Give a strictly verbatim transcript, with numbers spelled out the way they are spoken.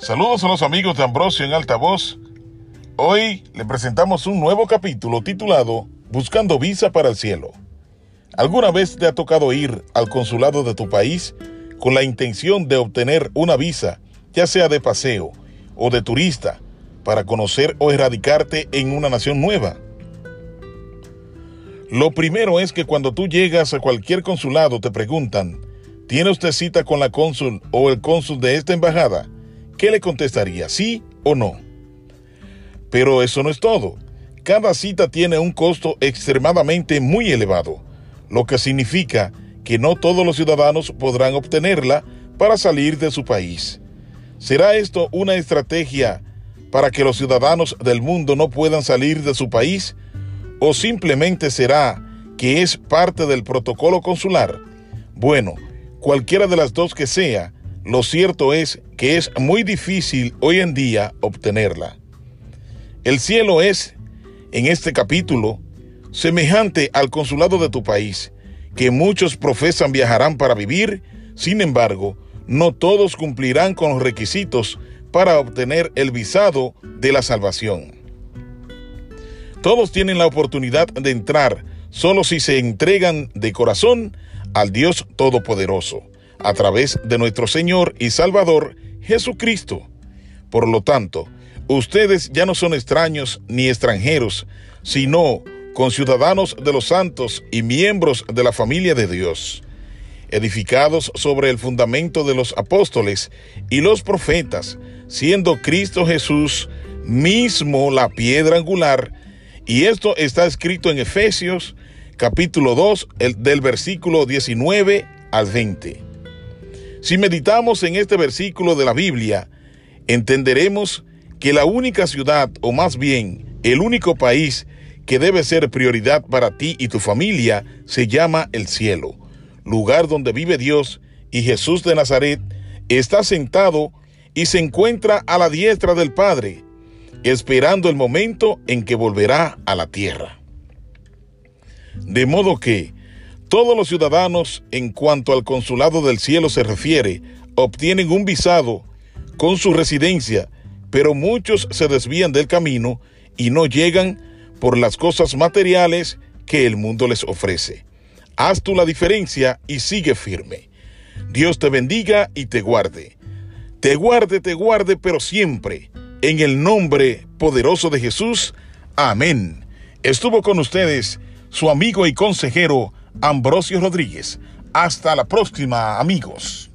Saludos a los amigos de Ambrosio en Altavoz. Hoy le presentamos un nuevo capítulo titulado Buscando visa para el cielo. ¿Alguna vez te ha tocado ir al consulado de tu país con la intención de obtener una visa, ya sea de paseo o de turista, para conocer o erradicarte en una nación nueva? Lo primero es que cuando tú llegas a cualquier consulado te preguntan, ¿tiene usted cita con la cónsul o el cónsul de esta embajada? ¿Qué le contestaría, sí o no? Pero eso no es todo. Cada cita tiene un costo extremadamente muy elevado, lo que significa que no todos los ciudadanos podrán obtenerla para salir de su país. ¿Será esto una estrategia para que los ciudadanos del mundo no puedan salir de su país? ¿O simplemente será que es parte del protocolo consular? Bueno, cualquiera de las dos que sea, lo cierto es que es muy difícil hoy en día obtenerla. El cielo es, en este capítulo, semejante al consulado de tu país, que muchos profesan viajarán para vivir. Sin embargo, no todos cumplirán con los requisitos para obtener el visado de la salvación. Todos tienen la oportunidad de entrar, solo si se entregan de corazón al Dios Todopoderoso, a través de nuestro Señor y Salvador Jesucristo. Por lo tanto, ustedes ya no son extraños ni extranjeros, sino conciudadanos de los santos y miembros de la familia de Dios, edificados sobre el fundamento de los apóstoles y los profetas, siendo Cristo Jesús mismo la piedra angular. Y esto está escrito en Efesios capítulo dos, el, del versículo diecinueve al veinte. Si meditamos en este versículo de la Biblia, entenderemos que la única ciudad, o más bien el único país que debe ser prioridad para ti y tu familia, se llama el cielo, lugar donde vive Dios, y Jesús de Nazaret está sentado y se encuentra a la diestra del Padre, esperando el momento en que volverá a la tierra. De modo que todos los ciudadanos, en cuanto al consulado del cielo se refiere, obtienen un visado con su residencia, pero muchos se desvían del camino y no llegan por las cosas materiales que el mundo les ofrece. Haz tú la diferencia y sigue firme. Dios te bendiga y te guarde. Te guarde, te guarde, pero siempre, en el nombre poderoso de Jesús. Amén. Estuvo con ustedes su amigo y consejero Ambrosio Rodríguez. Hasta la próxima, amigos.